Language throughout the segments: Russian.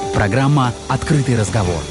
Программа «Открытый разговор».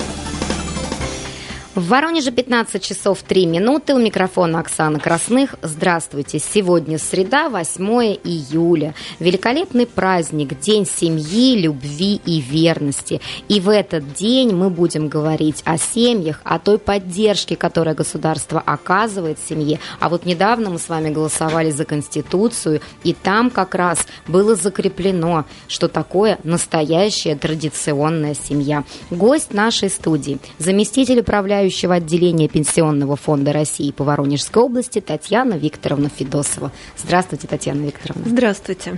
В Воронеже 15 часов 3 минуты. У микрофона Оксана Красных. Здравствуйте. Сегодня среда, 8 июля. Великолепный праздник, День семьи, любви и верности. И в этот день мы будем говорить о семьях, о той поддержке, которую государство оказывает семье. А вот недавно мы с вами голосовали за Конституцию, и там как раз было закреплено, что такое настоящая традиционная семья. Гость нашей студии, заместитель управляющего отделения Пенсионного фонда России по Воронежской области Татьяна Викторовна Федосова. Здравствуйте, Татьяна Викторовна. Здравствуйте.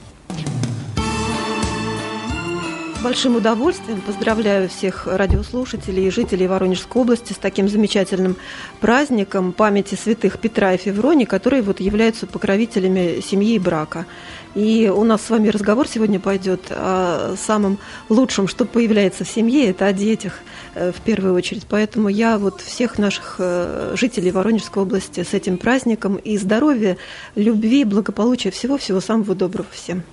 Большим удовольствием поздравляю всех радиослушателей и жителей Воронежской области с таким замечательным праздником памяти святых Петра и Февронии, которые являются покровителями семьи и брака. И у нас с вами разговор сегодня пойдет о самом лучшем, что появляется в семье, это о детях в первую очередь. Поэтому я всех наших жителей Воронежской области с этим праздником и здоровья, любви, благополучия, всего-всего самого доброго всем.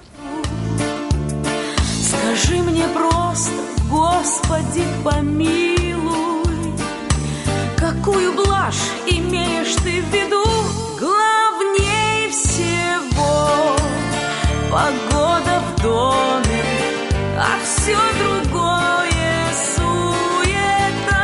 Скажи мне просто, Господи, помилуй, какую блажь имеешь ты в виду? Главней всего погода в доме, а все другое суета.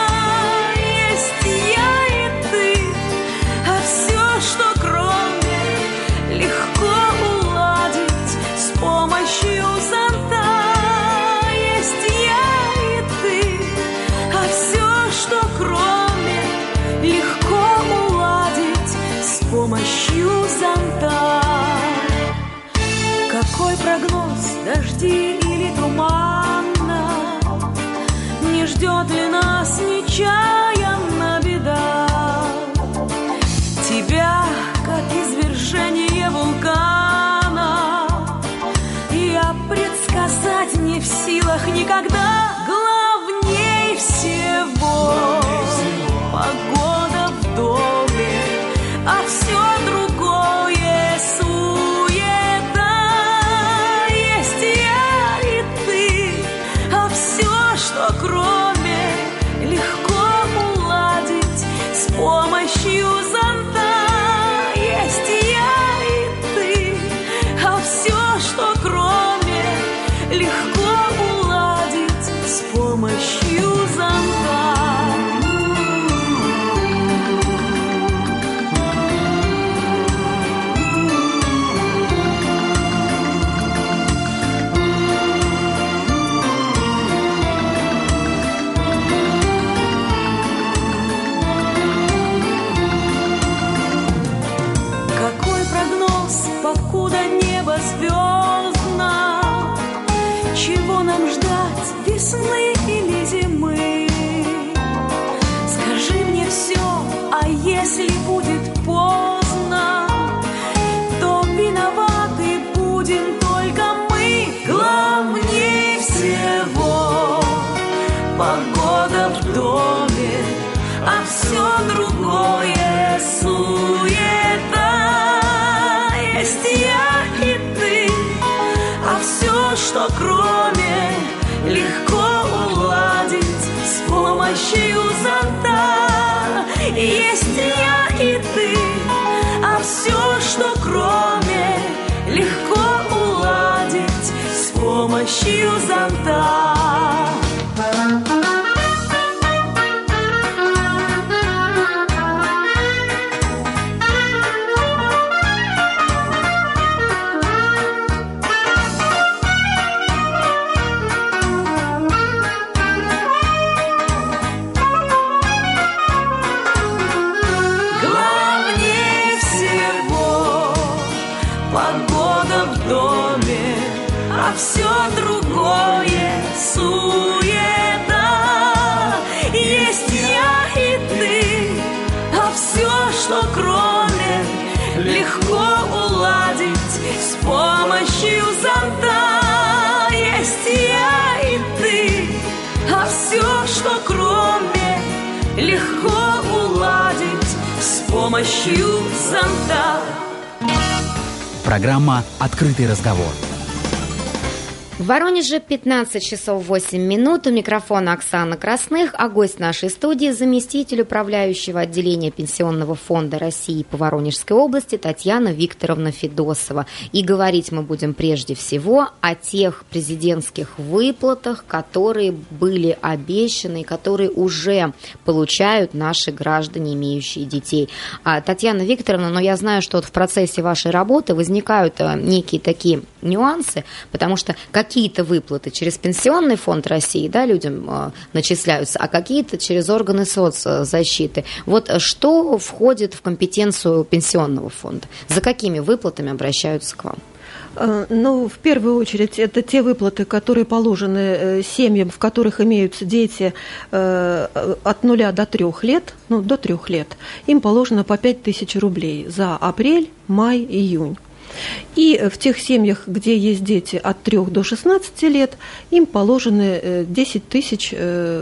Есть я и ты, а все, что кроме, легко уладить с помощью зонта. Есть я и ты, а все, что кроме, легко уладить с помощью зонта. Какой прогноз, дожди или туманно? Не ждет ли нас нечаянно беда? Тебя, как извержение вулкана, я предсказать не в силах никогда. Главней всего погода в доме, а все другое суета. Есть я и ты, а все, что кроме, легко уладить с помощью зонта. Есть я и ты, а все, что кроме, легко уладить с помощью зонта. Покуда небо звездно, чего нам ждать, весны или зимы? Скажи мне все, а если будет поздно, то виноваты будем только мы. Главнее всего погода в доме, а все другое суета. Есть я и ты, а все, что кроме, легко уладить с помощью зонта. Есть я и ты, а все, что кроме, легко уладить с помощью зонта. Все другое суета. Есть я и ты, а все, что кроме, легко уладить с помощью зонта. Есть я и ты, а все, что кроме, легко уладить с помощью зонта. Программа «Открытый разговор». В Воронеже 15 часов 8 минут. У микрофона Оксана Красных, а гость нашей студии – заместитель управляющего отделения Пенсионного фонда России по Воронежской области Татьяна Викторовна Федосова. И говорить мы будем прежде всего о тех президентских выплатах, которые были обещаны и которые уже получают наши граждане, имеющие детей. Татьяна Викторовна, но я знаю, что вот в процессе вашей работы возникают некие такие нюансы, потому что какие-то выплаты через Пенсионный фонд России, да, людям начисляются, а какие-то через органы соцзащиты. Вот что входит в компетенцию Пенсионного фонда? За какими выплатами обращаются к вам? Ну, в первую очередь, это те выплаты, которые положены семьям, в которых имеются дети от 0 до 3 лет, ну, до 3 лет. Им положено по 5000 рублей за апрель, май, июнь. И в тех семьях, где есть дети от 3 до 16 лет, им положены 10 тысяч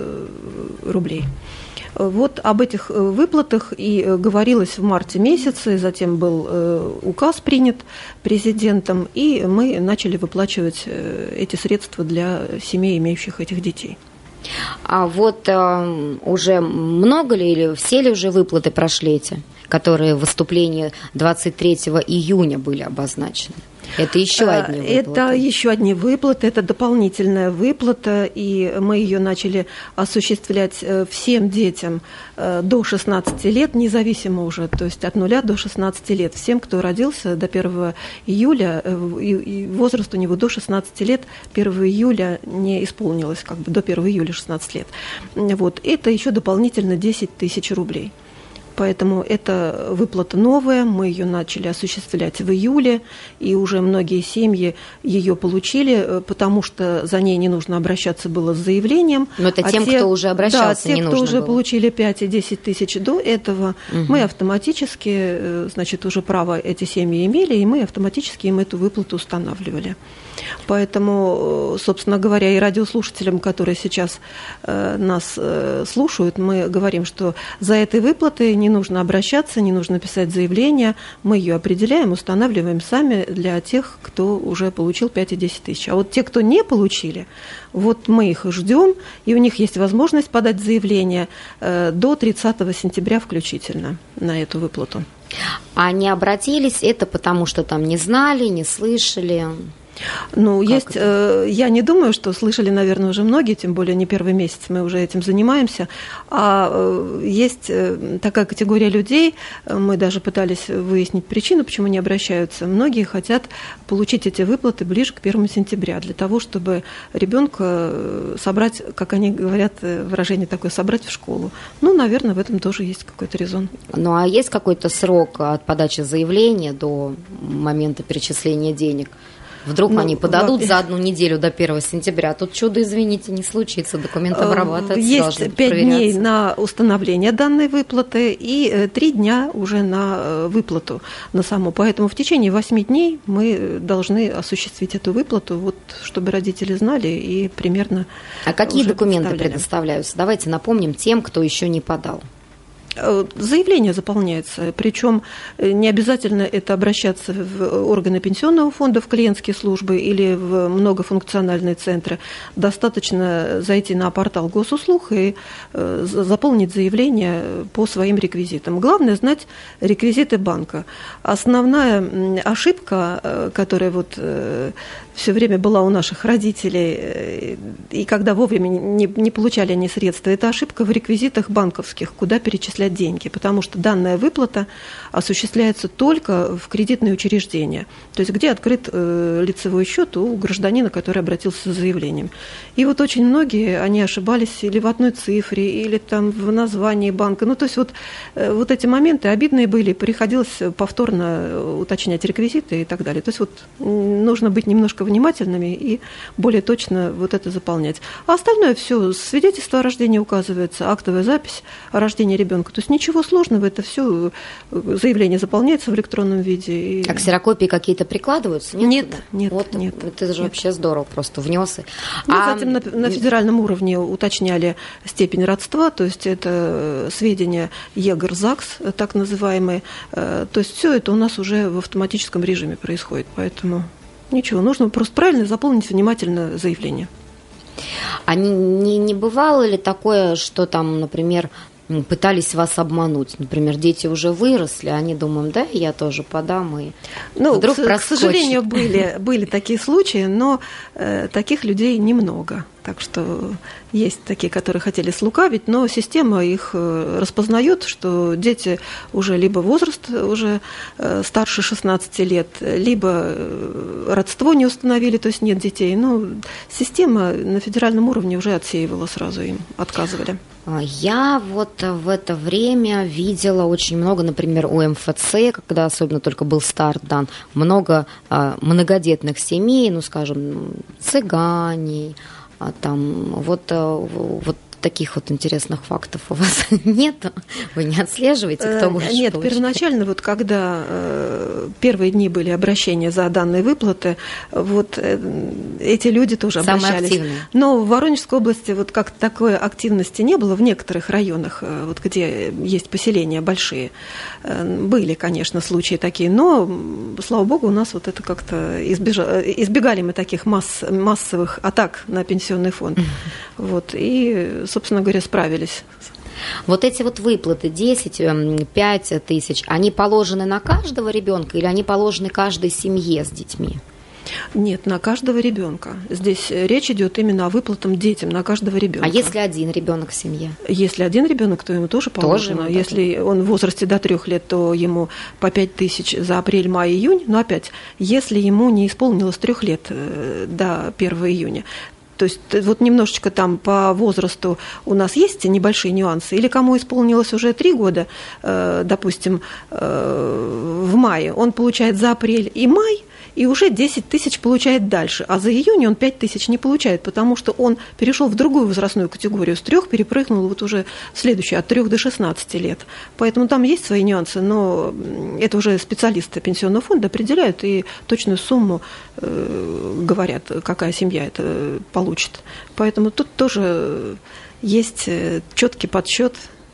рублей. Вот об этих выплатах и говорилось в марте месяце, затем был указ принят президентом, и мы начали выплачивать эти средства для семей, имеющих этих детей. А вот уже много ли или все ли уже выплаты прошли эти, которые в выступлении 23 июня были обозначены? Это еще одни выплаты? Это еще одни выплаты, это дополнительная выплата, и мы ее начали осуществлять всем детям до 16 лет, независимо уже, то есть от 0 до 16 лет. Всем, кто родился до 1 июля, и возраст у него до 16 лет, 1 июля не исполнилось, как бы до 1 июля 16 лет. Вот. Это еще дополнительно 10 тысяч рублей. Поэтому это выплата новая, мы ее начали осуществлять в июле, и уже многие семьи ее получили, потому что за ней не нужно обращаться было с заявлением. Но это тем, кто уже обращался, да, не нужно те, кто уже было. Получили 5 и 10 тысяч до этого, мы автоматически, значит, уже право эти семьи имели, и мы автоматически им эту выплату устанавливали. Поэтому, собственно говоря, и радиослушателям, которые сейчас нас слушают, мы говорим, что за этой выплатой не нужно обращаться, не нужно писать заявление, мы ее определяем, устанавливаем сами для тех, кто уже получил 5 и 10 тысяч. А вот те, кто не получили, вот мы их ждем, и у них есть возможность подать заявление до 30 сентября включительно на эту выплату. А не обратились, это потому что там не знали, не слышали? Ну, есть, я не думаю, что слышали, наверное, уже многие, тем более не первый месяц мы уже этим занимаемся, а есть такая категория людей, мы даже пытались выяснить причину, почему не обращаются. Многие хотят получить эти выплаты ближе к 1 сентября, для того, чтобы ребенка собрать, как они говорят, выражение такое, собрать в школу. Ну, наверное, в этом тоже есть какой-то резон. Ну, а есть какой-то срок от подачи заявления до момента перечисления денег? Вдруг они подадут за одну неделю до 1 сентября, тут чудо, извините, не случится, документы обрабатываются, есть 5 дней на установление данной выплаты и 3 дня уже на выплату на саму. Поэтому в течение 8 дней мы должны осуществить эту выплату, вот, чтобы родители знали и примерно. А какие документы предоставляются? Давайте напомним тем, кто еще не подал. Заявление заполняется, причем не обязательно это обращаться в органы Пенсионного фонда, в клиентские службы или в многофункциональные центры. Достаточно зайти на портал госуслуг и заполнить заявление по своим реквизитам. Главное знать реквизиты банка. Основная ошибка, которая вот все время была у наших родителей, и когда вовремя не получали они средства, это ошибка в реквизитах банковских, куда перечислять деньги, потому что данная выплата осуществляется только в кредитные учреждения, то есть где открыт лицевой счет у гражданина, который обратился с заявлением. И вот очень многие, они ошибались или в одной цифре, или там в названии банка, ну то есть вот эти моменты обидные были, приходилось повторно уточнять реквизиты и так далее. То есть вот нужно быть немножко внимательными и более точно вот это заполнять. А остальное все, свидетельство о рождении указывается, актовая запись о рождении ребенка. То есть ничего сложного, это все заявление заполняется в электронном виде. А ксерокопии какие-то прикладываются? Нет. Вот, нет. Это же вообще здорово, просто внес. Затем на федеральном уровне уточняли степень родства, то есть это сведения ЕГР-ЗАГС, так называемые. То есть все это у нас уже в автоматическом режиме происходит, поэтому Ничего, нужно просто правильно заполнить внимательно заявление. А не бывало ли такое, что там, например, пытались вас обмануть? Например, дети уже выросли, они думают, да, я тоже подам, и вдруг к сожалению, были такие случаи, но таких людей немного. Так что есть такие, которые хотели слукавить, но система их распознает, что дети уже либо возраст уже старше 16 лет, либо родство не установили, то есть нет детей. Но система на федеральном уровне уже отсеивала сразу, им отказывали. Я вот в это время видела очень много, например, у МФЦ, когда особенно только был старт дан, много многодетных семей, ну, скажем, цыгане, там вот таких вот интересных фактов у вас нет? Вы не отслеживаете, кто больше Нет, получает? Первоначально, вот когда первые дни были обращения за данные выплаты, вот эти люди тоже самые обращались. Активные. Но в Воронежской области вот как такой активности не было. В некоторых районах, вот где есть поселения большие, были, конечно, случаи такие, но, слава богу, у нас вот это как-то избегали мы таких массовых атак на пенсионный фонд. Вот, и, собственно говоря, справились. Вот эти вот выплаты 10-5 тысяч, они положены на каждого ребенка или они положены каждой семье с детьми? Нет, на каждого ребенка. Здесь речь идет именно о выплатам детям на каждого ребенка. А если один ребенок в семье? Если один ребенок, то ему тоже положено. Если он в возрасте до 3 лет, то ему по 5 тысяч за апрель, май, июнь. Но опять, если ему не исполнилось 3 лет до 1 июня, то есть вот немножечко там по возрасту у нас есть небольшие нюансы. Или кому исполнилось уже 3 года, допустим, в мае, он получает за апрель и май, и уже 10 тысяч получает дальше. А за июнь он 5 тысяч не получает, потому что он перешел в другую возрастную категорию. С 3 перепрыгнул вот уже в следующую, от 3 до 16 лет. Поэтому там есть свои нюансы, но это уже специалисты пенсионного фонда определяют и точную сумму говорят, какая семья это получит. Поэтому тут тоже есть четкий подсчет.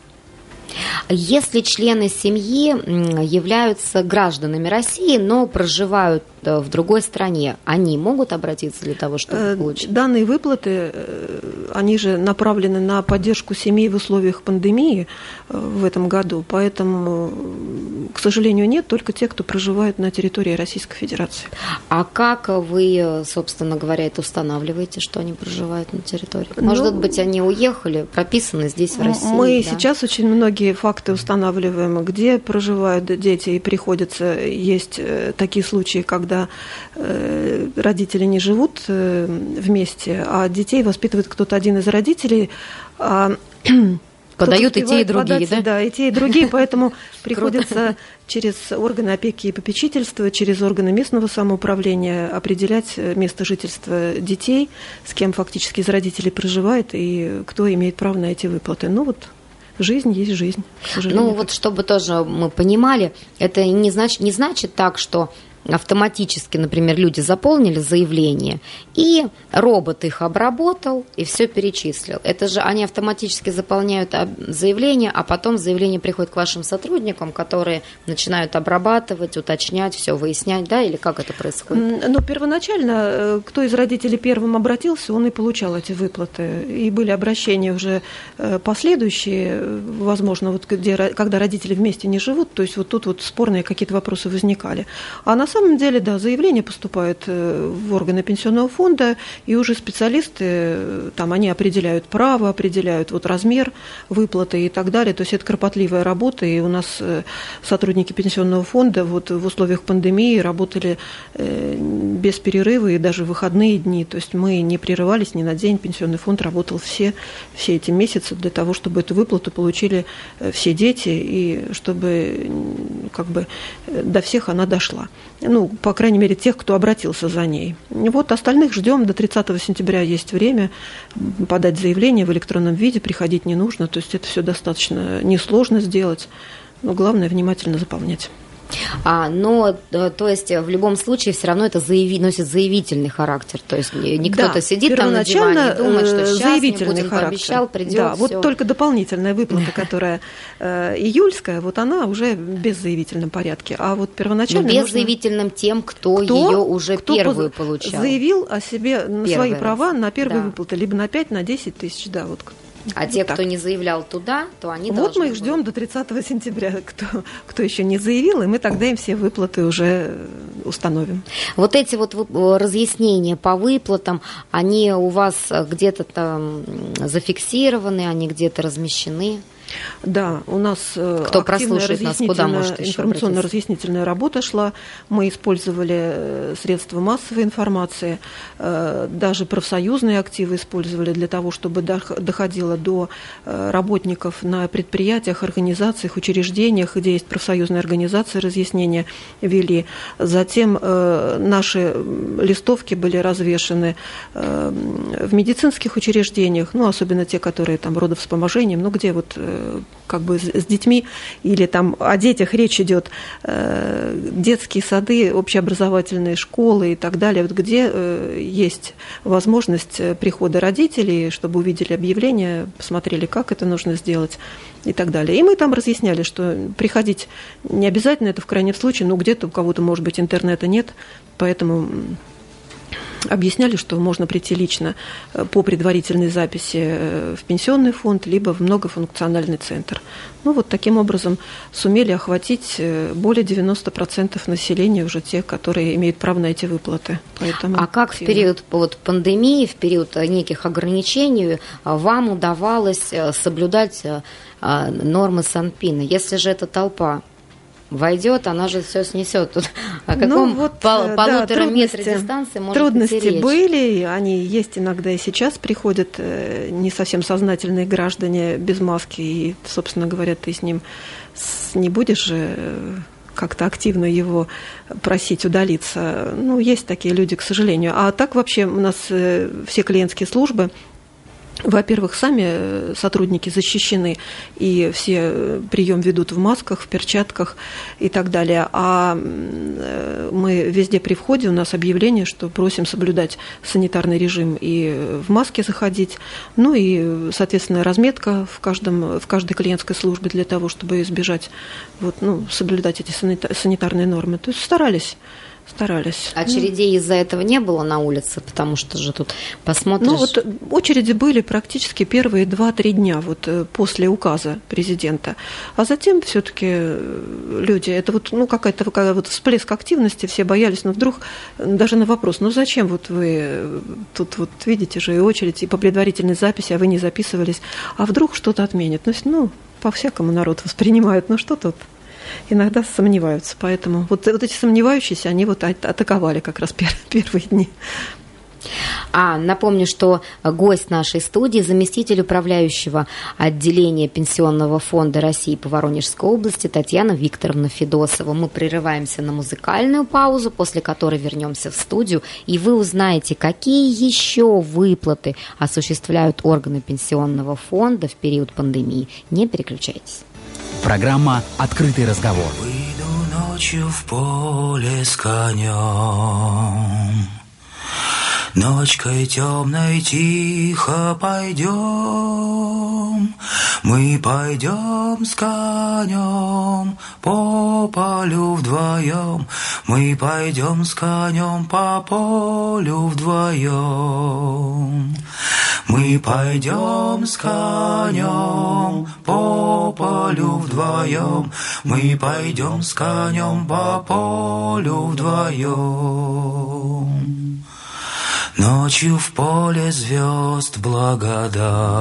Если члены семьи являются гражданами России, но проживают в другой стране, они могут обратиться для того, чтобы получить? Данные выплаты, они же направлены на поддержку семей в условиях пандемии в этом году, поэтому, к сожалению, нет, только те, кто проживает на территории Российской Федерации. А как вы, собственно говоря, это устанавливаете, что они проживают на территории? Может быть, они уехали, прописаны здесь, в России? Мы сейчас очень многие факты устанавливаем, где проживают дети, и приходится, есть такие случаи, когда родители не живут вместе, а детей воспитывает кто-то один из родителей. Подают и те, и другие, да? Да, и те, и другие, поэтому приходится через органы опеки и попечительства, через органы местного самоуправления определять место жительства детей, с кем фактически из родителей проживает и кто имеет право на эти выплаты. Ну вот, жизнь есть жизнь, к сожалению. Ну вот, чтобы тоже мы понимали, это не значит так, что автоматически, например, люди заполнили заявление, и робот их обработал и все перечислил. Это же они автоматически заполняют заявление, а потом заявление приходит к вашим сотрудникам, которые начинают обрабатывать, уточнять, все выяснять, да, или как это происходит? Ну, первоначально, кто из родителей первым обратился, он и получал эти выплаты. И были обращения уже последующие, возможно, вот когда родители вместе не живут, то есть вот тут вот спорные какие-то вопросы возникали. А на самом деле, да, заявления поступают в органы пенсионного фонда, и уже специалисты, там, они определяют право, определяют вот размер выплаты и так далее. То есть это кропотливая работа, и у нас сотрудники пенсионного фонда вот в условиях пандемии работали без перерыва и даже в выходные дни. То есть мы не прерывались ни на день, пенсионный фонд работал все эти месяцы для того, чтобы эту выплату получили все дети, и чтобы как бы до всех она дошла. Ну, по крайней мере, тех, кто обратился за ней. Вот остальных ждем. До 30 сентября есть время подать заявление в электронном виде, приходить не нужно. То есть это все достаточно несложно сделать. Но главное внимательно заполнять. Но, то есть, в любом случае, все равно это носит заявительный характер. То есть, не кто-то сидит там на диване и думает, что сейчас не будем, пообещал, придет. Да, вот только дополнительная выплата, которая июльская, вот она уже в беззаявительном порядке. А вот первоначально... Беззаявительным тем, кто ее уже первую получал. Заявил о себе на свои права на первые выплаты, либо на 5, на 10 тысяч, да, вот. А те, кто не заявлял туда, то они должны... Вот мы их ждем до 30 сентября, кто еще не заявил, и мы тогда им все выплаты уже установим. Вот эти вот разъяснения по выплатам, они у вас где-то там зафиксированы, они где-то размещены? Да, у нас активная информационно-разъяснительная работа шла. Мы использовали средства массовой информации, даже профсоюзные активы использовали для того, чтобы доходило до работников на предприятиях, организациях, учреждениях, где есть профсоюзные организации, разъяснения вели. Затем наши листовки были развешаны в медицинских учреждениях, ну, особенно те, которые там родовспоможением, ну, где вот как бы с детьми, или там о детях речь идет, детские сады, общеобразовательные школы и так далее, вот где есть возможность прихода родителей, чтобы увидели объявление, посмотрели, как это нужно сделать и так далее. И мы там разъясняли, что приходить не обязательно, это в крайнем случае, но где-то у кого-то, может быть, интернета нет, поэтому... Объясняли, что можно прийти лично по предварительной записи в пенсионный фонд, либо в многофункциональный центр. Ну, вот таким образом сумели охватить более 90% населения, уже тех, которые имеют право на эти выплаты. Поэтому как в период пандемии, в период неких ограничений вам удавалось соблюдать нормы Санпина? Если же эта толпа войдет, она же все снесет. Тут о каком полутора метре дистанции может трудности идти речь? Были, они есть иногда и сейчас приходят не совсем сознательные граждане без маски, и, собственно говоря, ты с ним не будешь же как-то активно его просить удалиться. Ну, есть такие люди, к сожалению. А так вообще у нас все клиентские службы, во-первых, сами сотрудники защищены, и все прием ведут в масках, в перчатках и так далее. А мы везде при входе, у нас объявление, что просим соблюдать санитарный режим и в маске заходить. Ну и, соответственно, разметка в каждой клиентской службе для того, чтобы избежать, соблюдать эти санитарные нормы. То есть старались. Очередей из-за этого не было на улице, потому что же тут посмотришь... Очереди были практически первые 2-3 дня после указа президента. А затем все-таки люди, это какая-то всплеск активности, все боялись, но вдруг даже на вопрос, зачем вы тут видите же и очередь, и по предварительной записи, а вы не записывались, а вдруг что-то отменят. По-всякому народ воспринимает, что тут... Иногда сомневаются, поэтому вот эти сомневающиеся, они атаковали как раз первые дни. Напомню, что гость нашей студии, заместитель управляющего отделения Пенсионного фонда России по Воронежской области Татьяна Викторовна Федосова. Мы прерываемся на музыкальную паузу, после которой вернемся в студию, и вы узнаете, какие еще выплаты осуществляют органы Пенсионного фонда в период пандемии. Не переключайтесь. Программа «Открытый разговор». Выйду ночью в поле с конем, ночкой темной тихо пойдем. Мы пойдем с конем по полю вдвоем. Мы пойдем с конем по полю вдвоем. Мы пойдем с конем по полю вдвоем. Мы пойдем с конем по полю вдвоем. Ночью в поле звезд благодать,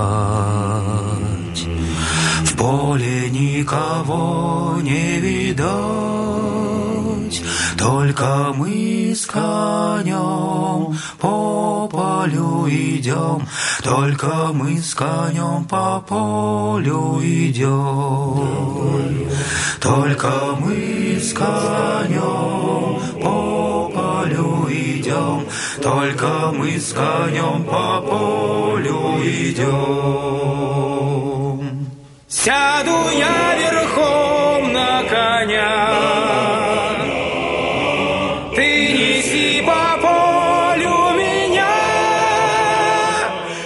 в поле никого не видать, только мы с конем по полю идем, только мы с конем по полю идем, только мы с конем по полю идем, только мы с конем по полю идем. Сяду я верхом на коня,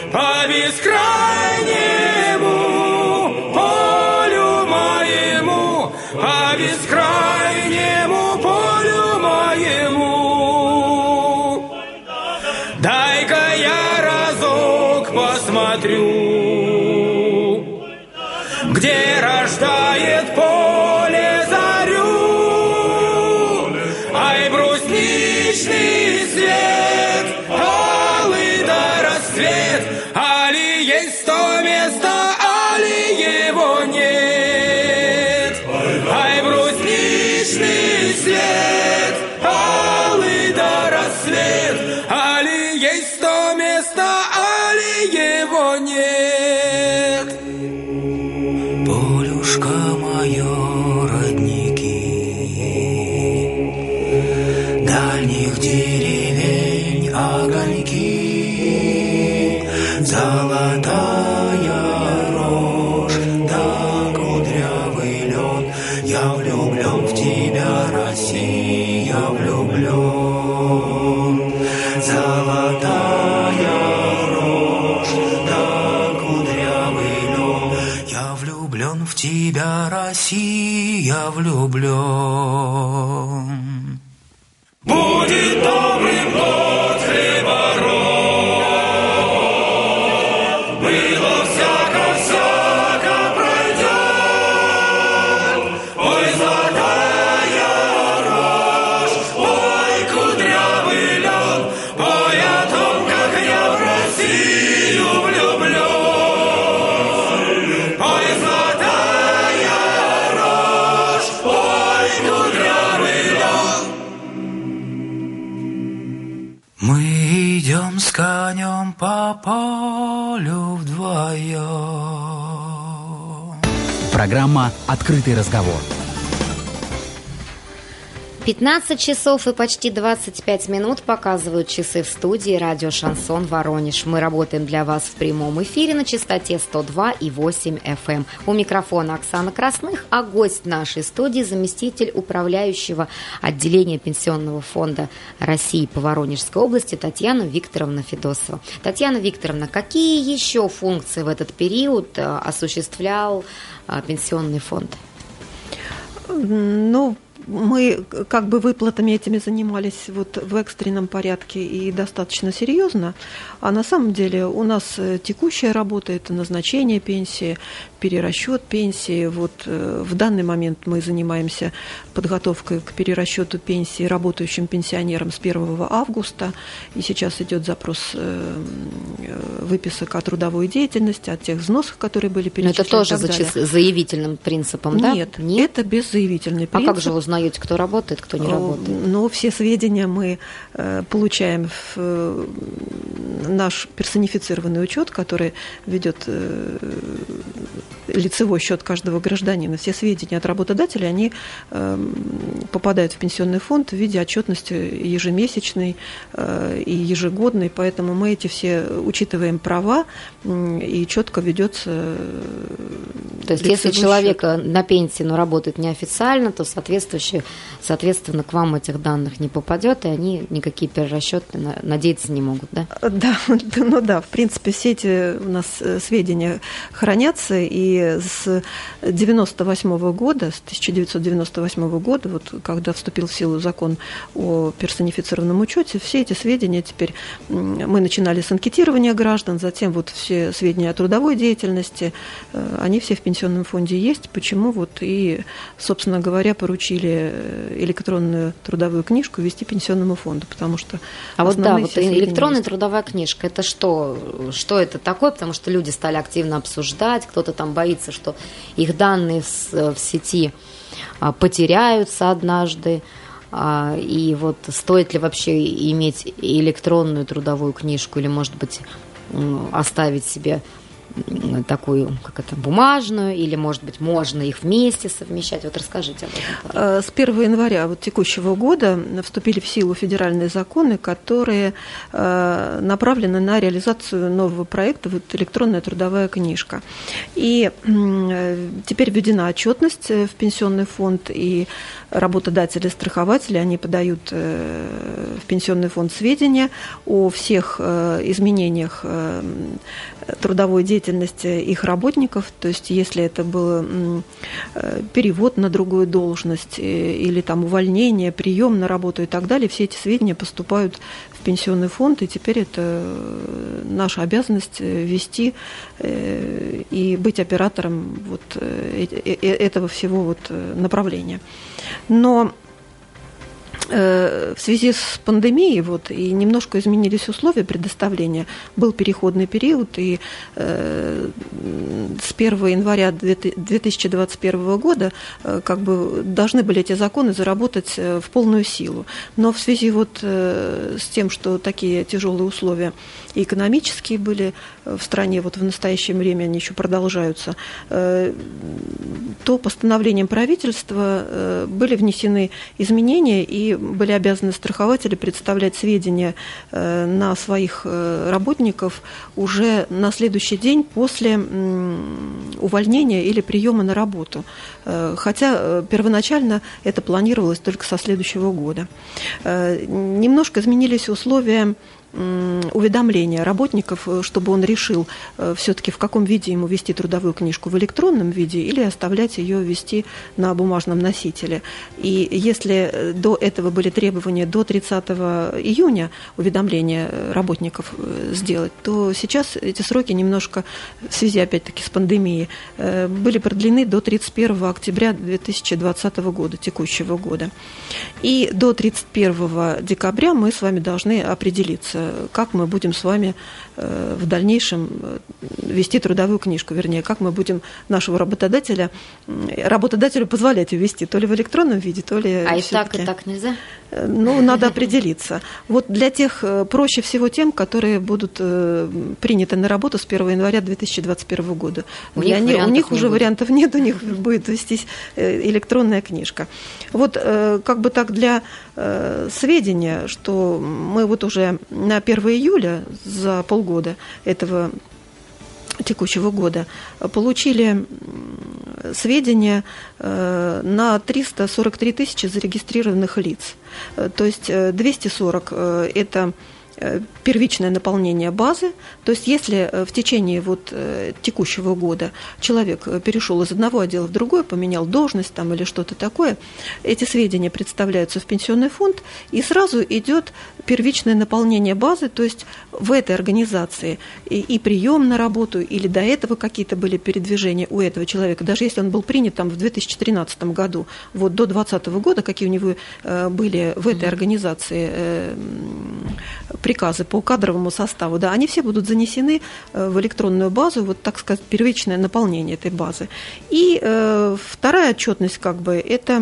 по бескрайнему полю моему, по бескрайнему полю моему. Дай-ка я разок посмотрю, где рождает поле зарю. Ай, брусничный свет, алый да рассвет, али есть то место, али его нет. Ай, брусничный свет, алый да рассвет, али есть то место, али его нет. Полюшка мое, родники, дальних деревень огоньки, золотая рожь да кудрявый лед. Я влюблен в тебя, Россия, влюблен. Золотая рожь да кудрявый лед. Я влюблен в тебя, Россия, влюблен. Будет добрым год хлебород, было всяко пройдет. Ой, золотая рожь, ой, кудрявый лед, пой о том, как я в Россию влюблен. Ой, золотая рожь, ой, кудрявый лед. Мы идем с конем по полю вдвоем. Программа «Открытый разговор». 15 часов и почти 25 минут показывают часы в студии радио «Шансон Воронеж». Мы работаем для вас в прямом эфире на частоте 102,8 FM. У микрофона Оксана Красных, а гость нашей студии – заместитель управляющего отделения Пенсионного фонда России по Воронежской области Татьяна Викторовна Федосова. Татьяна Викторовна, какие еще функции в этот период осуществлял Пенсионный фонд? Ну, мы как бы выплатами этими занимались вот в экстренном порядке и достаточно серьезно, а на самом деле у нас текущая работа – это назначение пенсии, перерасчет пенсии. Вот в данный момент мы занимаемся подготовкой к перерасчету пенсии работающим пенсионерам с 1 августа, и сейчас идет запрос выписок о трудовой деятельности, от тех взносов, которые были перечислены. Но это тоже заявительным принципом, да? Нет, это беззаявительный принцип. А как же вы узнаете, кто работает, кто не работает? Ну, все сведения мы получаем в наш персонифицированный учет, который ведет лицевой счет каждого гражданина. Все сведения от работодателя, они попадают в пенсионный фонд в виде отчетности ежемесячной и ежегодной, поэтому мы эти все учитываем права, и четко ведется. То есть, если человек на пенсии, но работает неофициально, то соответственно, к вам этих данных не попадет, и они никакие перерасчеты надеяться не могут, да? Да, ну да, в принципе, все эти у нас сведения хранятся, и с 1998 года, вот когда вступил в силу закон о персонифицированном учете, все эти сведения теперь мы начинали с анкетирования граждан, затем вот все сведения о трудовой деятельности, они все в пенсионном фонде есть. Почему вот и, собственно говоря, поручили электронную трудовую книжку вести пенсионному фонду, потому что электронная трудовая книжка, это что это такое? Потому что люди стали активно обсуждать, кто-то там боится, что их данные в сети потеряются однажды. И вот стоит ли вообще иметь электронную трудовую книжку или, может быть, оставить себе такую, бумажную, или, может быть, можно их вместе совмещать? Вот расскажите об этом. С 1 января текущего года вступили в силу федеральные законы, которые направлены на реализацию нового проекта «Электронная трудовая книжка». И теперь введена отчетность в пенсионный фонд, и работодатели, страхователи, они подают в пенсионный фонд сведения о всех изменениях трудовой деятельности их работников, то есть если это был перевод на другую должность или там увольнение, прием на работу и так далее, все эти сведения поступают в пенсионный фонд, и теперь это наша обязанность вести и быть оператором этого всего направления. Но в связи с пандемией и немножко изменились условия предоставления, был переходный период, и с 1 января 2021 года должны были эти законы заработать в полную силу. Но в связи с тем, что такие тяжелые условия и экономические были в стране, в настоящее время они еще продолжаются, то постановлением правительства были внесены изменения, и были обязаны страхователи представлять сведения на своих работников уже на следующий день после увольнения или приема на работу. Хотя первоначально это планировалось только со следующего года. Немножко изменились условия уведомления работников, чтобы он решил все-таки, в каком виде ему вести трудовую книжку, в электронном виде или оставлять ее вести на бумажном носителе. И если до этого были требования до 30 июня уведомления работников сделать, то сейчас эти сроки немножко, в связи опять-таки с пандемией, были продлены до 31 октября 2020 года, текущего года. И до 31 декабря мы с вами должны определиться, как мы будем с вами в дальнейшем вести трудовую книжку, вернее, как мы будем нашего работодателю позволять ее вести, то ли в электронном виде, то ли и так нельзя? Надо определиться. Для тех проще всего тем, которые будут приняты на работу с 1 января 2021 года. У них уже вариантов нет, у них будет вестись электронная книжка. Для сведения, что мы уже на 1 июля за полгода этого текущего года получили сведения на 343 тысячи зарегистрированных лиц. То есть 240 – это первичное наполнение базы. То есть если в течение текущего года человек перешел из одного отдела в другой, поменял должность или что-то такое, эти сведения представляются в пенсионный фонд, и сразу идет первичное наполнение базы, то есть в этой организации и прием на работу, или до этого какие-то были передвижения у этого человека, даже если он был принят в 2013 году, до 2020 года, какие у него были в этой организации приказы по кадровому составу, они все будут занесены в электронную базу, так сказать, первичное наполнение этой базы. И вторая отчетность, это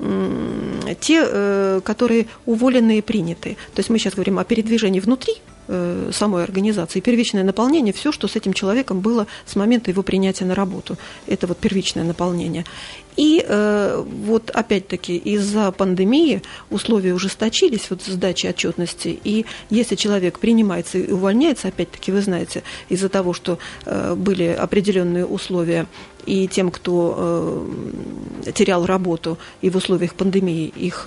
те, которые уволены и приняты. То есть мы сейчас говорим о передвижении внутри самой организации. Первичное наполнение – все, что с этим человеком было с момента его принятия на работу. Это первичное наполнение. И опять-таки из-за пандемии условия ужесточились сдачи отчетности. И если человек принимается и увольняется, опять-таки, вы знаете, из-за того, что были определенные условия, и тем, кто терял работу, и в условиях пандемии их,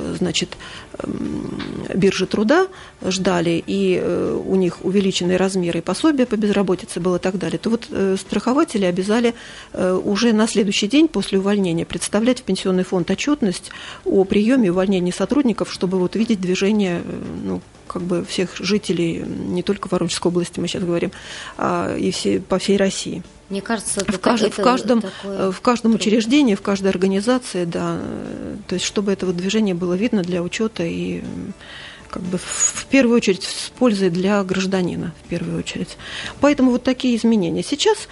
биржи труда ждали, и у них увеличенные размеры пособия по безработице было и так далее, то страхователи обязали уже на следующий день после увольнения представлять в пенсионный фонд отчетность о приеме и увольнении сотрудников, чтобы видеть движение всех жителей, не только Воронежской области, мы сейчас говорим, а и по всей России. Мне кажется, в каждом учреждении, в каждой организации, то есть чтобы это движение было видно для учета и в первую очередь с пользой для гражданина, в первую очередь. Поэтому такие изменения. Сейчас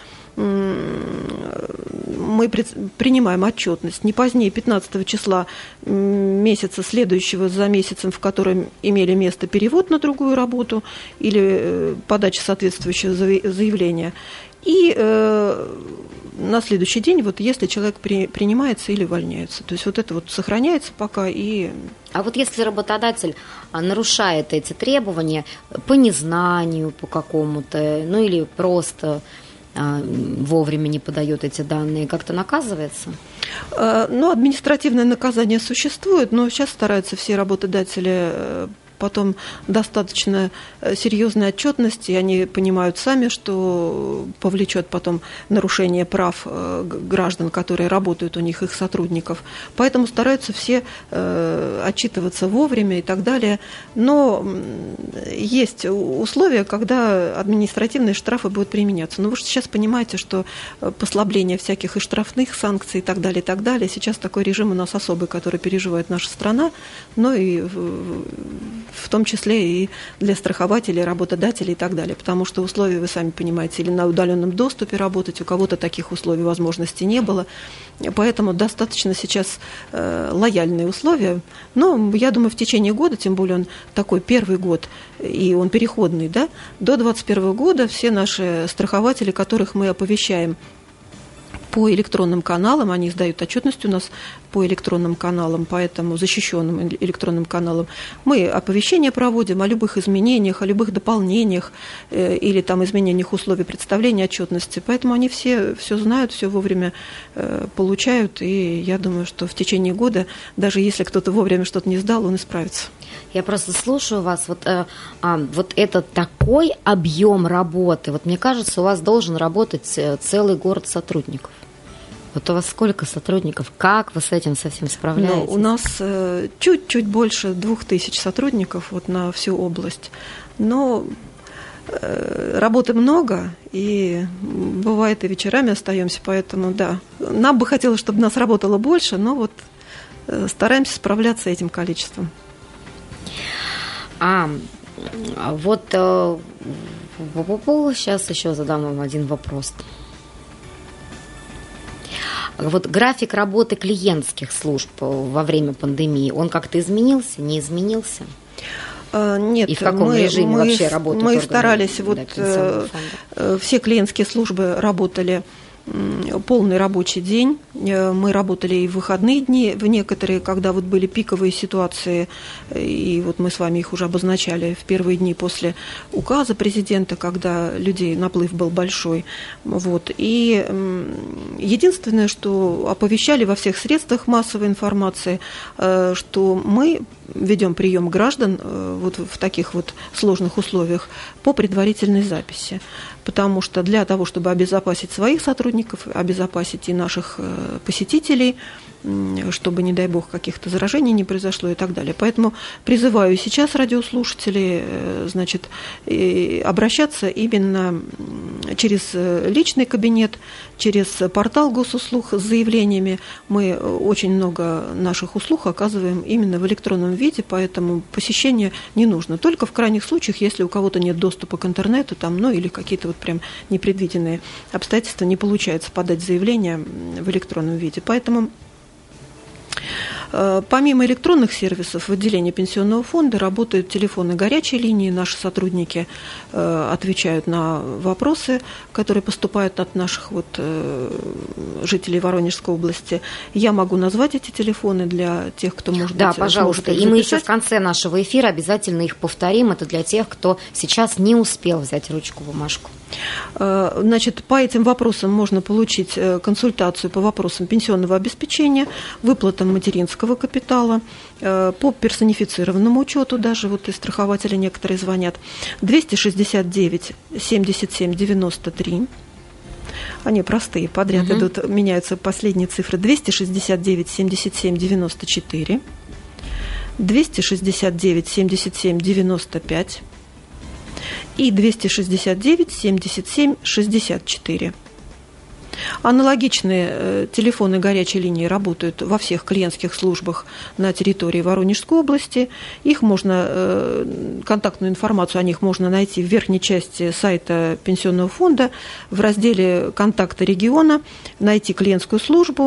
мы принимаем отчетность не позднее 15 числа месяца следующего за месяцем, в котором имели место перевод на другую работу или подача соответствующего заявления. И на следующий день, вот если человек принимается или увольняется. То есть вот это вот сохраняется пока и... А вот если работодатель нарушает эти требования по незнанию, по какому-то, ну или просто вовремя не подает эти данные, как-то наказывается? Ну, административное наказание существует, но сейчас стараются все работодатели потом достаточно серьезной отчетности, и они понимают сами, что повлечет потом нарушение прав граждан, которые работают у них, их сотрудников. Поэтому стараются все отчитываться вовремя и так далее. Но есть условия, когда административные штрафы будут применяться. Но вы же сейчас понимаете, что послабление всяких и штрафных санкций и так далее. Сейчас такой режим у нас особый, который переживает наша страна, но и в том числе и для страхователей, работодателей и так далее. Потому что условия, вы сами понимаете, или на удаленном доступе работать, у кого-то таких условий, возможности не было. Поэтому достаточно сейчас лояльные условия. Но я думаю, в течение года, тем более он такой первый год, и он переходный, да, до 2021 года все наши страхователи, которых мы оповещаем по электронным каналам, они сдают отчетность у нас по электронным каналам, поэтому защищенным электронным каналам. Мы оповещения проводим о любых изменениях, о любых дополнениях или там изменениях условий представления отчетности. Поэтому они все знают, все вовремя получают, и я думаю, что в течение года, даже если кто-то вовремя что-то не сдал, он исправится. Я просто слушаю вас, вот это такой объем работы. Вот мне кажется, у вас должен работать целый город сотрудников. Вот у вас сколько сотрудников? Как вы с этим совсем справляетесь? У нас чуть-чуть больше 2000 сотрудников вот на всю область. Но работы много, и бывает и вечерами остаемся, поэтому да. Нам бы хотелось, чтобы нас работало больше, но вот стараемся справляться этим количеством. Вот сейчас еще задам вам один вопрос. Вот график работы клиентских служб во время пандемии, он как-то изменился, не изменился? Нет, и в каком режиме вообще работают мы старались, все клиентские службы работали полный рабочий день. Мы работали и в выходные дни, в некоторые, когда вот были пиковые ситуации, и вот мы с вами их уже обозначали в первые дни после указа президента, когда людей наплыв был большой. Вот. И единственное, что оповещали во всех средствах массовой информации, что мы ведем прием граждан вот в таких вот сложных условиях по предварительной записи. Потому что для того, чтобы обезопасить своих сотрудников, обезопасить и наших посетителей, чтобы, не дай бог, каких-то заражений не произошло и так далее. Поэтому призываю сейчас радиослушателей, обращаться именно через личный кабинет, через портал госуслуг с заявлениями. Мы очень много наших услуг оказываем именно в электронном виде, поэтому посещение не нужно. Только в крайних случаях, если у кого-то нет доступа к интернету, или какие-то вот прям непредвиденные обстоятельства, не получается подать заявление в электронном виде. Поэтому помимо электронных сервисов в отделении пенсионного фонда работают телефоны горячей линии. Наши сотрудники отвечают на вопросы, которые поступают от наших жителей Воронежской области. Я могу назвать эти телефоны для тех, кто может быть... Да, пожалуйста. И мы еще в конце нашего эфира обязательно их повторим. Это для тех, кто сейчас не успел взять ручку, бумажку. Значит, по этим вопросам можно получить консультацию по вопросам пенсионного обеспечения, выплатам материнского капитала, по персонифицированному учету, даже вот и страхователи некоторые звонят, 269 77 93. Они простые, подряд идут, меняются последние цифры. 269 77 94, 269 77 95 и 269 77 64. Аналогичные телефоны горячей линии работают во всех клиентских службах на территории Воронежской области. Контактную информацию о них можно найти в верхней части сайта Пенсионного фонда в разделе «Контакты региона», найти клиентскую службу,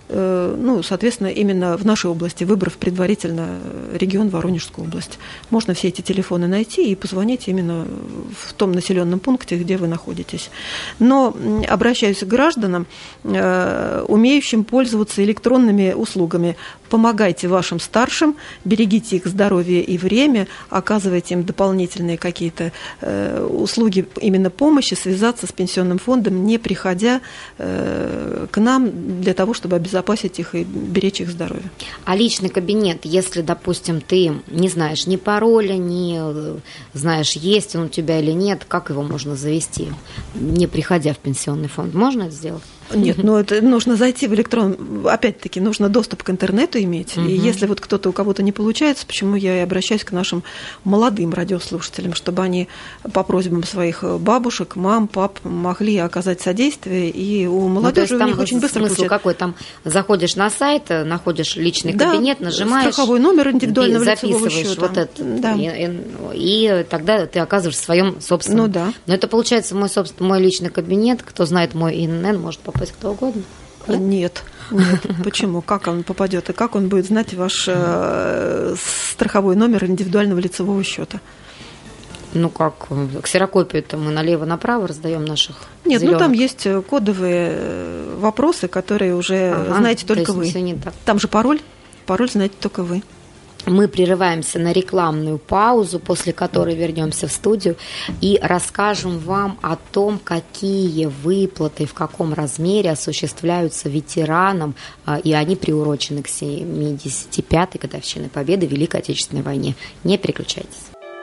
соответственно, именно в нашей области, выбрав предварительно регион Воронежскую область. Можно все эти телефоны найти и позвонить именно в том населенном пункте, где вы находитесь. Но обращаюсь к гражданам, умеющим пользоваться электронными услугами. Помогайте вашим старшим, берегите их здоровье и время, оказывайте им дополнительные какие-то услуги именно помощи, связаться с пенсионным фондом, не приходя к нам для того, чтобы обезопасить их и беречь их здоровье. А личный кабинет, если, допустим, ты не знаешь ни пароля, ни знаешь, есть он у тебя или нет, как его можно завести, не приходя в пенсионный фонд? Можно это сделать? Нет, это нужно зайти в опять-таки, нужно доступ к интернету иметь. И если вот у кого-то не получается, почему я и обращаюсь к нашим молодым радиослушателям, чтобы они по просьбам своих бабушек, мам, пап могли оказать содействие, и у молодежи у них очень быстро получается. Смысл какой? Там заходишь на сайт, находишь личный кабинет, нажимаешь, страховой номер индивидуального лицевого записываешь счета. Вот это, и тогда ты оказываешься в своем собственном. Но это получается мой личный кабинет, кто знает мой ИНН, может попасть кто угодно. Да? Нет. Почему? Как он попадет? И как он будет знать ваш страховой номер индивидуального лицевого счета? Как ксерокопию-то мы налево-направо раздаем наших Нет, зелёнок. Там есть кодовые вопросы, которые уже знаете только вы. Там же пароль знаете только вы. Мы прерываемся на рекламную паузу, после которой вернемся в студию и расскажем вам о том, какие выплаты, в каком размере осуществляются ветеранам, и они приурочены к 75-й годовщине Победы в Великой Отечественной войне. Не переключайтесь.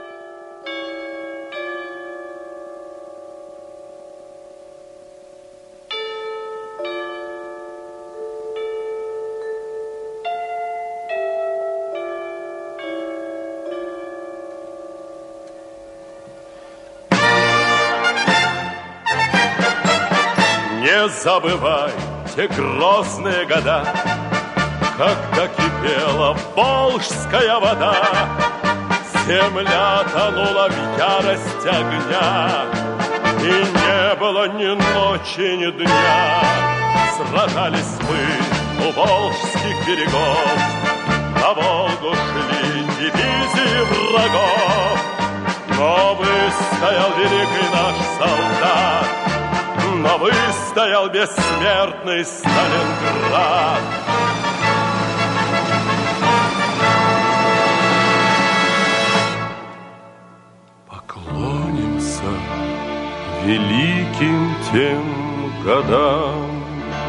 Не забывай те грозные года, когда кипела волжская вода, земля тонула в ярости огня, и не было ни ночи, ни дня. Сражались мы у волжских берегов, на Волгу шли дивизии врагов, но выстоял великий наш солдат, но выстоял бессмертный Сталинград. Поклонимся великим тем годам,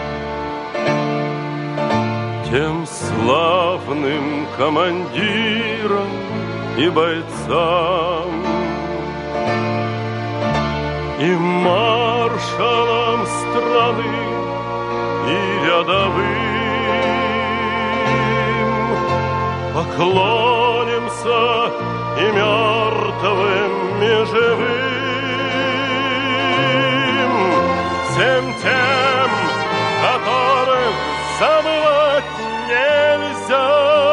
тем славным командирам и бойцам, и маршалам страны, и рядовым. Поклонимся и мертвым, и живым, всем тем, которых забывать нельзя.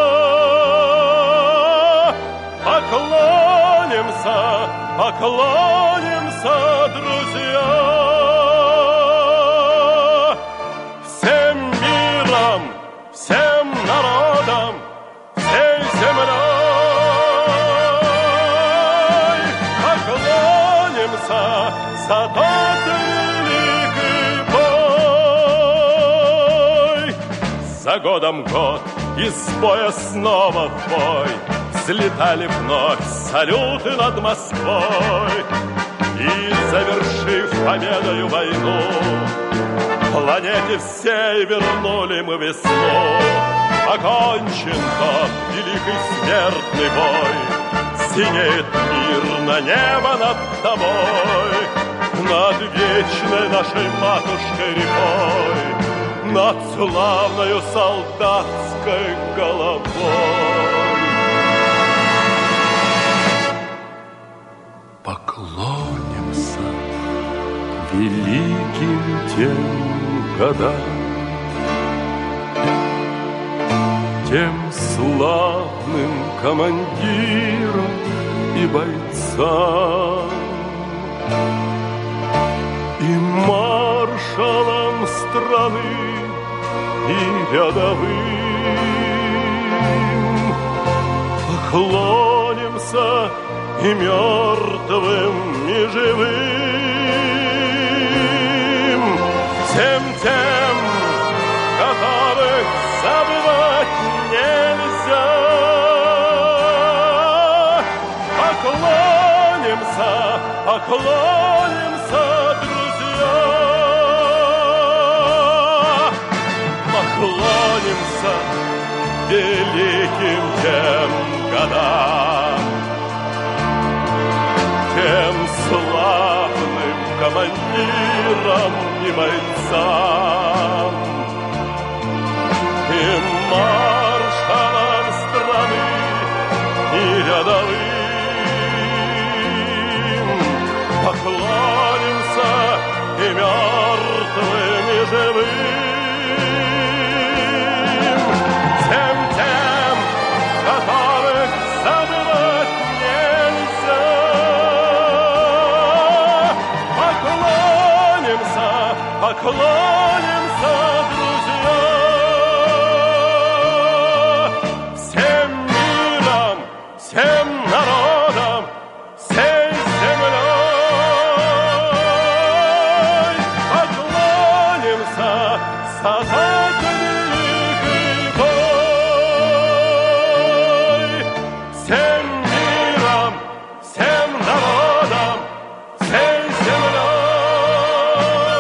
Поклонимся, поклонимся, друзья, всем миром, всем народом, всей землей. Поклонимся за тот великий бой. За годом год, из боя снова в бой, взлетали вновь салюты над Москвой. И, завершив победою войну, планете всей вернули мы весну. Окончен тот великий смертный бой, синеет мирно небо над тобой, над вечной нашей матушкой рекой, над славною солдатской головой. Поклонимся великим тем годам, тем славным командирам и бойцам, и маршалам страны, и рядовым. Поклонимся и мертвым, и живым, всем тем, которых забывать нельзя. Поклонимся, поклонимся, друзья. Поклонимся великим тем годам, тем славным командирам и бойцам, и маршалам страны, и рядовым. Поклонимся и мертвым, и живым, всем тем, которых забывать нельзя. Поклонимся, поклонимся, друзья, всем миром, всем народам, всей землей. Поклонимся за так великий бой. Всем миром, всем народам, всей землей.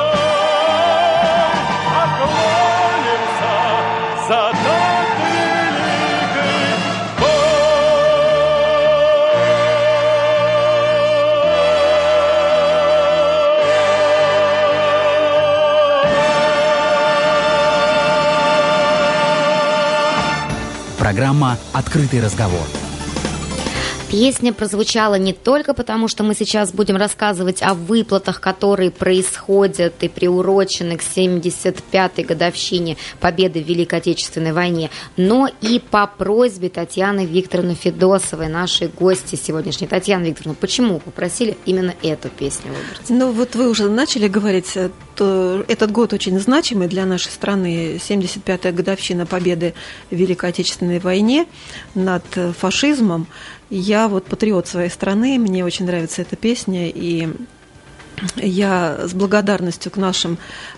Поклонимся за так великий Программа «Открытый разговор». Песня прозвучала не только потому, что мы сейчас будем рассказывать о выплатах, которые происходят и приурочены к 75-й годовщине победы в Великой Отечественной войне, но и по просьбе Татьяны Викторовны Федосовой, нашей гости сегодняшней. Татьяна Викторовна, почему попросили именно эту песню выбрать? Ну, вот вы уже начали говорить, то этот год очень значимый для нашей страны, 75-я годовщина победы в Великой Отечественной войне над фашизмом. Я вот патриот своей страны, мне очень нравится эта песня, и я с благодарностью к нашим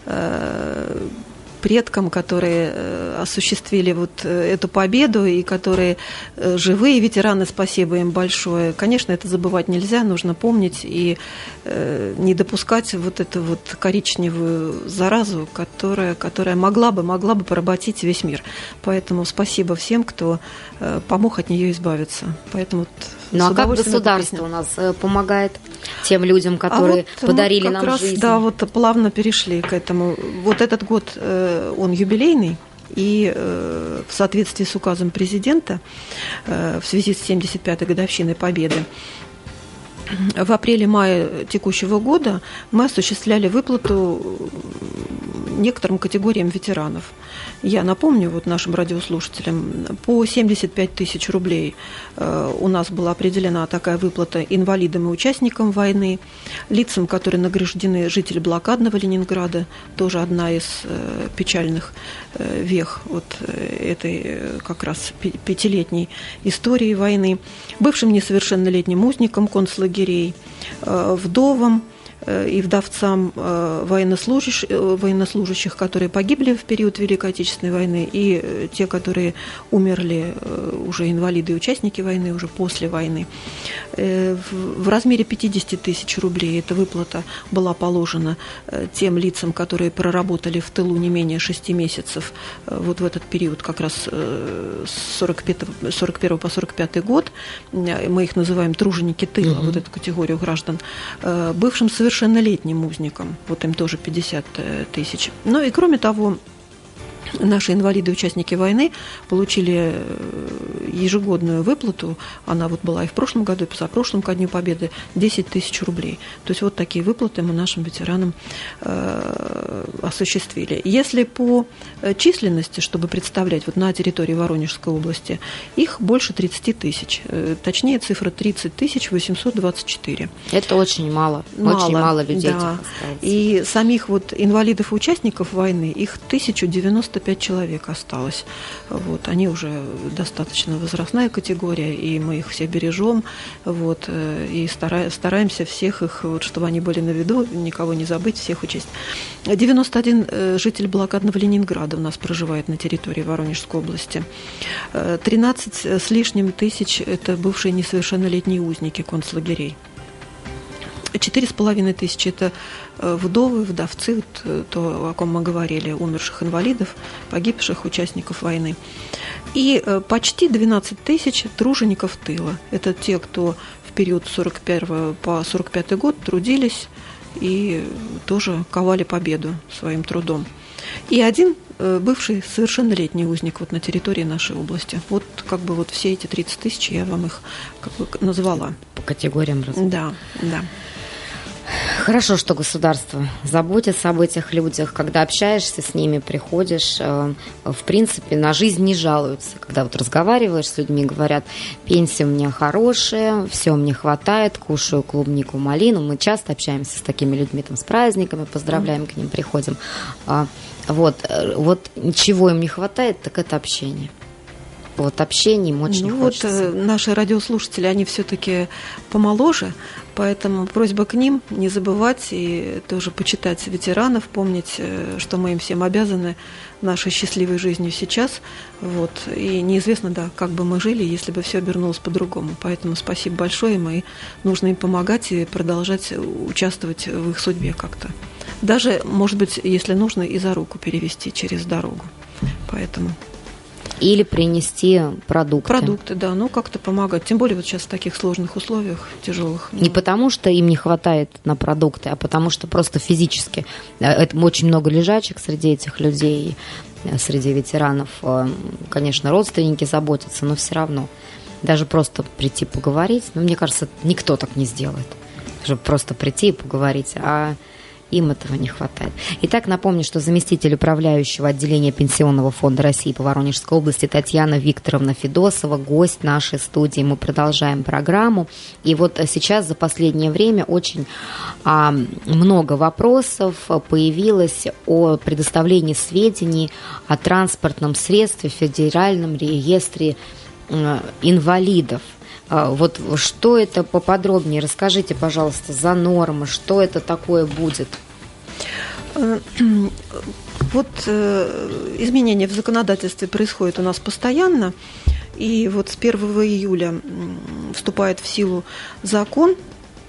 предкам, которые осуществили вот эту победу и которые живые ветераны, спасибо им большое. Конечно, это забывать нельзя, нужно помнить и не допускать вот эту вот коричневую заразу, которая могла бы поработить весь мир. Поэтому спасибо всем, кто помог от нее избавиться. Поэтому ну а как государство у нас помогает тем людям, которые подарили нам раз, жизнь? Да, вот плавно перешли к этому. Вот этот год, он юбилейный, и в соответствии с указом президента в связи с 75-й годовщиной Победы в апреле-мае текущего года мы осуществляли выплату некоторым категориям ветеранов. Я напомню вот нашим радиослушателям, по 75 тысяч рублей у нас была определена такая выплата инвалидам и участникам войны, лицам, которые награждены, жители блокадного Ленинграда, тоже одна из печальных вех вот этой как раз пятилетней истории войны, бывшим несовершеннолетним узникам концлагерей, вдовам и вдовцам военнослужащих, которые погибли в период Великой Отечественной войны, и те, которые умерли, уже инвалиды и участники войны, уже после войны. В размере 50 тысяч рублей эта выплата была положена тем лицам, которые проработали в тылу не менее 6 месяцев вот в этот период, как раз с 41 по 45 год. Мы их называем труженики тыла, вот эту категорию граждан. Бывшим совершеннолетним узникам, вот им тоже 50 тысяч. Ну и кроме того, наши инвалиды и участники войны получили ежегодную выплату, она вот была и в прошлом году, и позапрошлом ко Дню Победы, 10 тысяч рублей. То есть вот такие выплаты мы нашим ветеранам осуществили. Если по численности, чтобы представлять вот на территории Воронежской области, их больше 30 тысяч. Точнее, цифра 30 824. Это очень мало. Очень мало людей. Да. И самих вот инвалидов и участников войны, их 1095. 5 человек осталось. Вот. Они уже достаточно возрастная категория, и мы их все бережем. Вот. И стараемся всех их, вот, чтобы они были на виду, никого не забыть, всех учесть. 91 житель блокадного Ленинграда у нас проживает на территории Воронежской области. 13 с лишним тысяч – это бывшие несовершеннолетние узники концлагерей. 4,5 тысячи – это вдовы, вдовцы, вот, то, о ком мы говорили, умерших инвалидов, погибших участников войны. И почти 12 тысяч тружеников тыла. Это те, кто в период с 41 по 45 год трудились и тоже ковали победу своим трудом. И один бывший совершеннолетний узник вот на территории нашей области. Вот как бы вот все эти 30 тысяч я вам их как бы назвала. По категориям разных. Да, да. Хорошо, что государство заботится об этих людях. Когда общаешься с ними, приходишь, в принципе, на жизнь не жалуются. Когда вот разговариваешь с людьми, говорят, пенсия у меня хорошая, все мне хватает, кушаю клубнику, малину. Мы часто общаемся с такими людьми, там, с праздниками, поздравляем, к ним приходим. Вот ничего им не хватает, так это общение. Вот общение им очень хочется. Вот наши радиослушатели, они все-таки помоложе, поэтому просьба к ним не забывать и тоже почитать ветеранов, помнить, что мы им всем обязаны нашей счастливой жизнью сейчас. Вот. И неизвестно, да, как бы мы жили, если бы все обернулось по-другому. Поэтому спасибо большое, и нужно им помогать и продолжать участвовать в их судьбе как-то. Даже, может быть, если нужно, и за руку перевести через дорогу. Поэтому... Или принести продукты. Продукты, да, ну как-то помогать. Тем более вот сейчас в таких сложных условиях, тяжелых. Не потому, что им не хватает на продукты, а потому что просто физически. Это очень много лежачек среди этих людей, среди ветеранов. Конечно, родственники заботятся, но все равно. Даже просто прийти поговорить, мне кажется, никто так не сделает. Чтобы просто прийти и поговорить, а им этого не хватает. Итак, напомню, что заместитель управляющего отделения Пенсионного фонда России по Воронежской области Татьяна Викторовна Федосова, гость нашей студии. Мы продолжаем программу. И вот сейчас за последнее время очень много вопросов появилось о предоставлении сведений о транспортном средстве в Федеральном реестре инвалидов. Вот что это поподробнее? Расскажите, пожалуйста, за нормы, что это такое будет? Вот изменения в законодательстве происходят у нас постоянно. И вот с 1 июля вступает в силу закон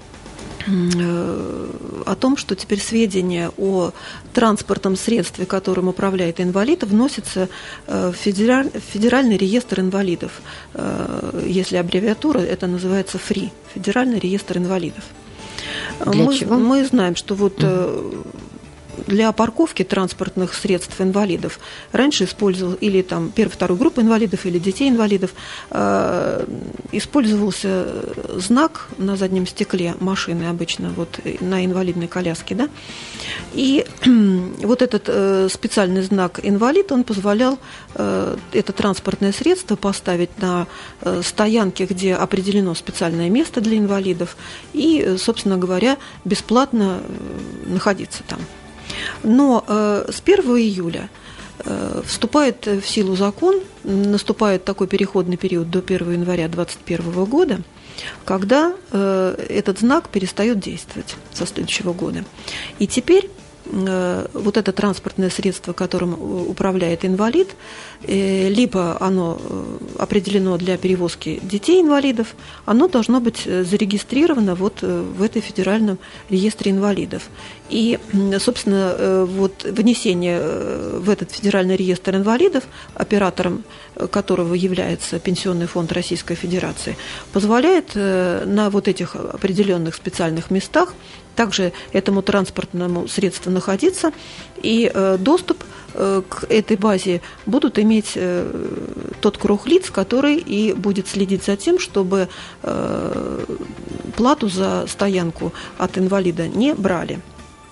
о том, что теперь сведения о транспортном средстве, которым управляет инвалид, вносятся в Федеральный реестр инвалидов. Если аббревиатура, это называется ФРИ, Федеральный реестр инвалидов. Для чего? Мы знаем, что вот для парковки транспортных средств инвалидов раньше использовал или там первой-второй группы инвалидов, или детей инвалидов, использовался знак на заднем стекле машины обычно, вот на инвалидной коляске, да, и вот этот специальный знак «инвалид», он позволял это транспортное средство поставить на стоянке, где определено специальное место для инвалидов, и, собственно говоря, бесплатно находиться там. Но с 1 июля вступает в силу закон, наступает такой переходный период до 1 января 2021 года, когда этот знак перестает действовать со следующего года. И теперь вот это транспортное средство, которым управляет инвалид, либо оно определено для перевозки детей-инвалидов, оно должно быть зарегистрировано вот в этой Федеральном реестре инвалидов. И, собственно, вот внесение в этот Федеральный реестр инвалидов, оператором которого является Пенсионный фонд Российской Федерации, позволяет на вот этих определенных специальных местах также этому транспортному средству находиться, и доступ к этой базе будут иметь тот круг лиц, который и будет следить за тем, чтобы плату за стоянку от инвалида не брали.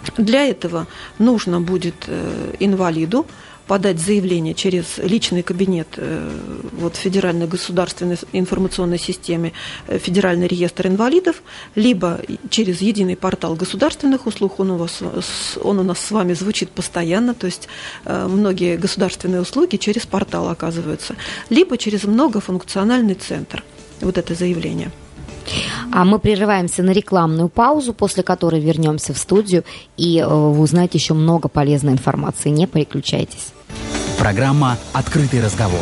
Для этого нужно будет инвалиду подать заявление через личный кабинет вот, Федеральной государственной информационной системы Федеральный реестр инвалидов, либо через единый портал государственных услуг, он у нас с вами звучит постоянно, то есть многие государственные услуги через портал оказываются, либо через многофункциональный центр, вот это заявление. А мы прерываемся на рекламную паузу, после которой вернемся в студию, и вы узнаете еще много полезной информации. Не переключайтесь. Программа «Открытый разговор».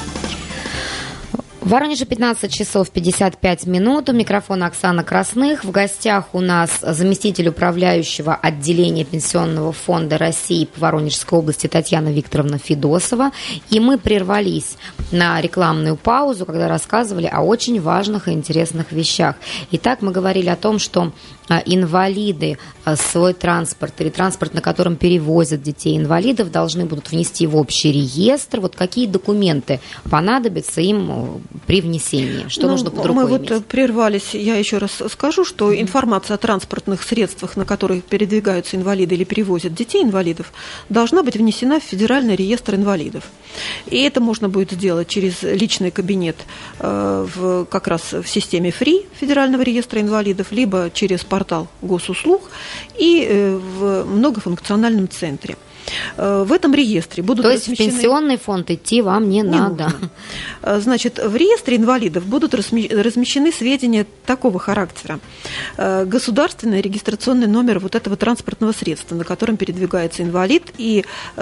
В Воронеже 15 часов 55 минут. У микрофона Оксана Красных. В гостях у нас заместитель управляющего отделения Пенсионного фонда России по Воронежской области Татьяна Викторовна Федосова. И мы прервались на рекламную паузу, когда рассказывали о очень важных и интересных вещах. Итак, мы говорили о том, что инвалиды свой транспорт или транспорт, на котором перевозят детей-инвалидов, должны будут внести в общий реестр. Вот какие документы понадобятся им при внесении? Что нужно под рукой иметь? Мы прервались, я еще раз скажу, что информация о транспортных средствах, на которых передвигаются инвалиды или перевозят детей-инвалидов, должна быть внесена в Федеральный реестр инвалидов. И это можно будет сделать через личный кабинет как раз в системе ФРИ Федерального реестра инвалидов, либо через портал госуслуг и в многофункциональном центре. В этом реестре будут размещены... То есть в пенсионный фонд идти вам не надо. Значит, в реестре инвалидов будут размещены сведения такого характера. Государственный регистрационный номер вот этого транспортного средства, на котором передвигается инвалид, и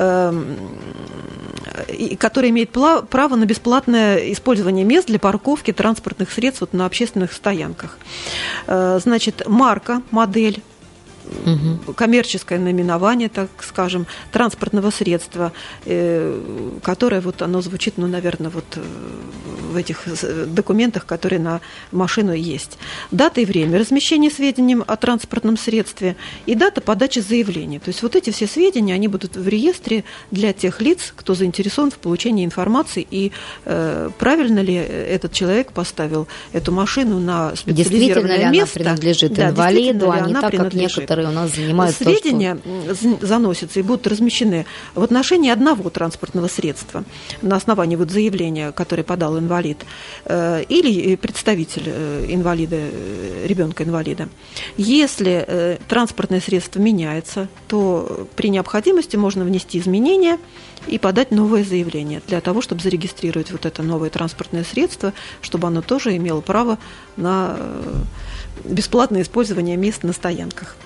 который имеет право на бесплатное использование мест для парковки транспортных средств вот на общественных стоянках. Значит, марка, модель, коммерческое наименование, так скажем, транспортного средства, которое вот оно звучит, ну, наверное, вот в этих документах, которые на машину есть. Дата и время размещения сведений о транспортном средстве и дата подачи заявления. То есть вот эти все сведения, они будут в реестре для тех лиц, кто заинтересован в получении информации и правильно ли этот человек поставил эту машину на специализированное место. Действительно ли она принадлежит инвалиду, а не так, как некоторые у нас занимаются. Сведения заносятся и будут размещены в отношении одного транспортного средства на основании вот заявления, которое подал инвалид или представитель инвалида, ребенка-инвалида. Если транспортное средство меняется, то при необходимости можно внести изменения и подать новое заявление для того, чтобы зарегистрировать вот это новое транспортное средство, чтобы оно тоже имело право на бесплатное использование мест на стоянках.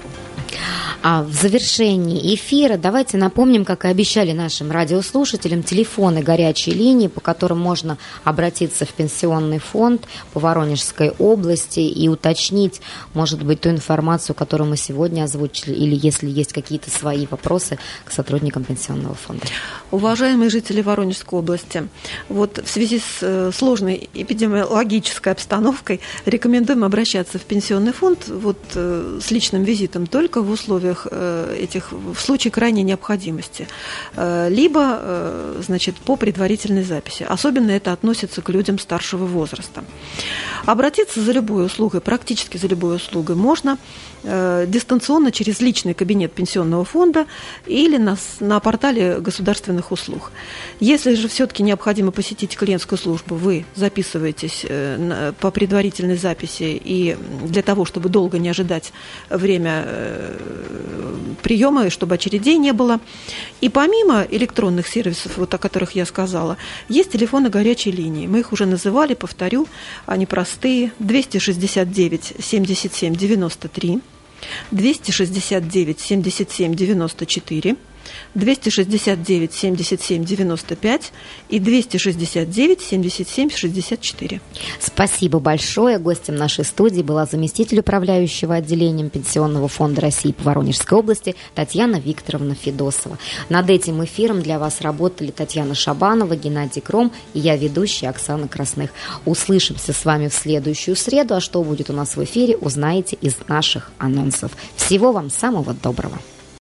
А в завершении эфира давайте напомним, как и обещали нашим радиослушателям, телефоны горячей линии, по которым можно обратиться в Пенсионный фонд по Воронежской области и уточнить, может быть, ту информацию, которую мы сегодня озвучили, или если есть какие-то свои вопросы к сотрудникам Пенсионного фонда. Уважаемые жители Воронежской области, вот в связи с сложной эпидемиологической обстановкой рекомендуем обращаться в Пенсионный фонд вот с личным визитом только в условиях в случае крайней необходимости, либо, значит, по предварительной записи. Особенно это относится к людям старшего возраста. Обратиться за любой услугой, практически за любой услугой можно дистанционно через личный кабинет Пенсионного фонда или на портале государственных услуг. Если же все-таки необходимо посетить клиентскую службу, вы записываетесь по предварительной записи, и для того, чтобы долго не ожидать время приема, и чтобы очередей не было. И помимо электронных сервисов, вот о которых я сказала, есть телефоны горячей линии. Мы их уже называли, повторю, они простые. 269 77 93, 269 77 94, 269 77 95 и 269 77 64. Спасибо большое. Гостем нашей студии была заместитель управляющего отделением Пенсионного фонда России по Воронежской области Татьяна Викторовна Федосова. Над этим эфиром для вас работали Татьяна Шабанова, Геннадий Кром и я, ведущая Оксана Красных. Услышимся с вами в следующую среду, а что будет у нас в эфире, узнаете из наших анонсов. Всего вам самого доброго.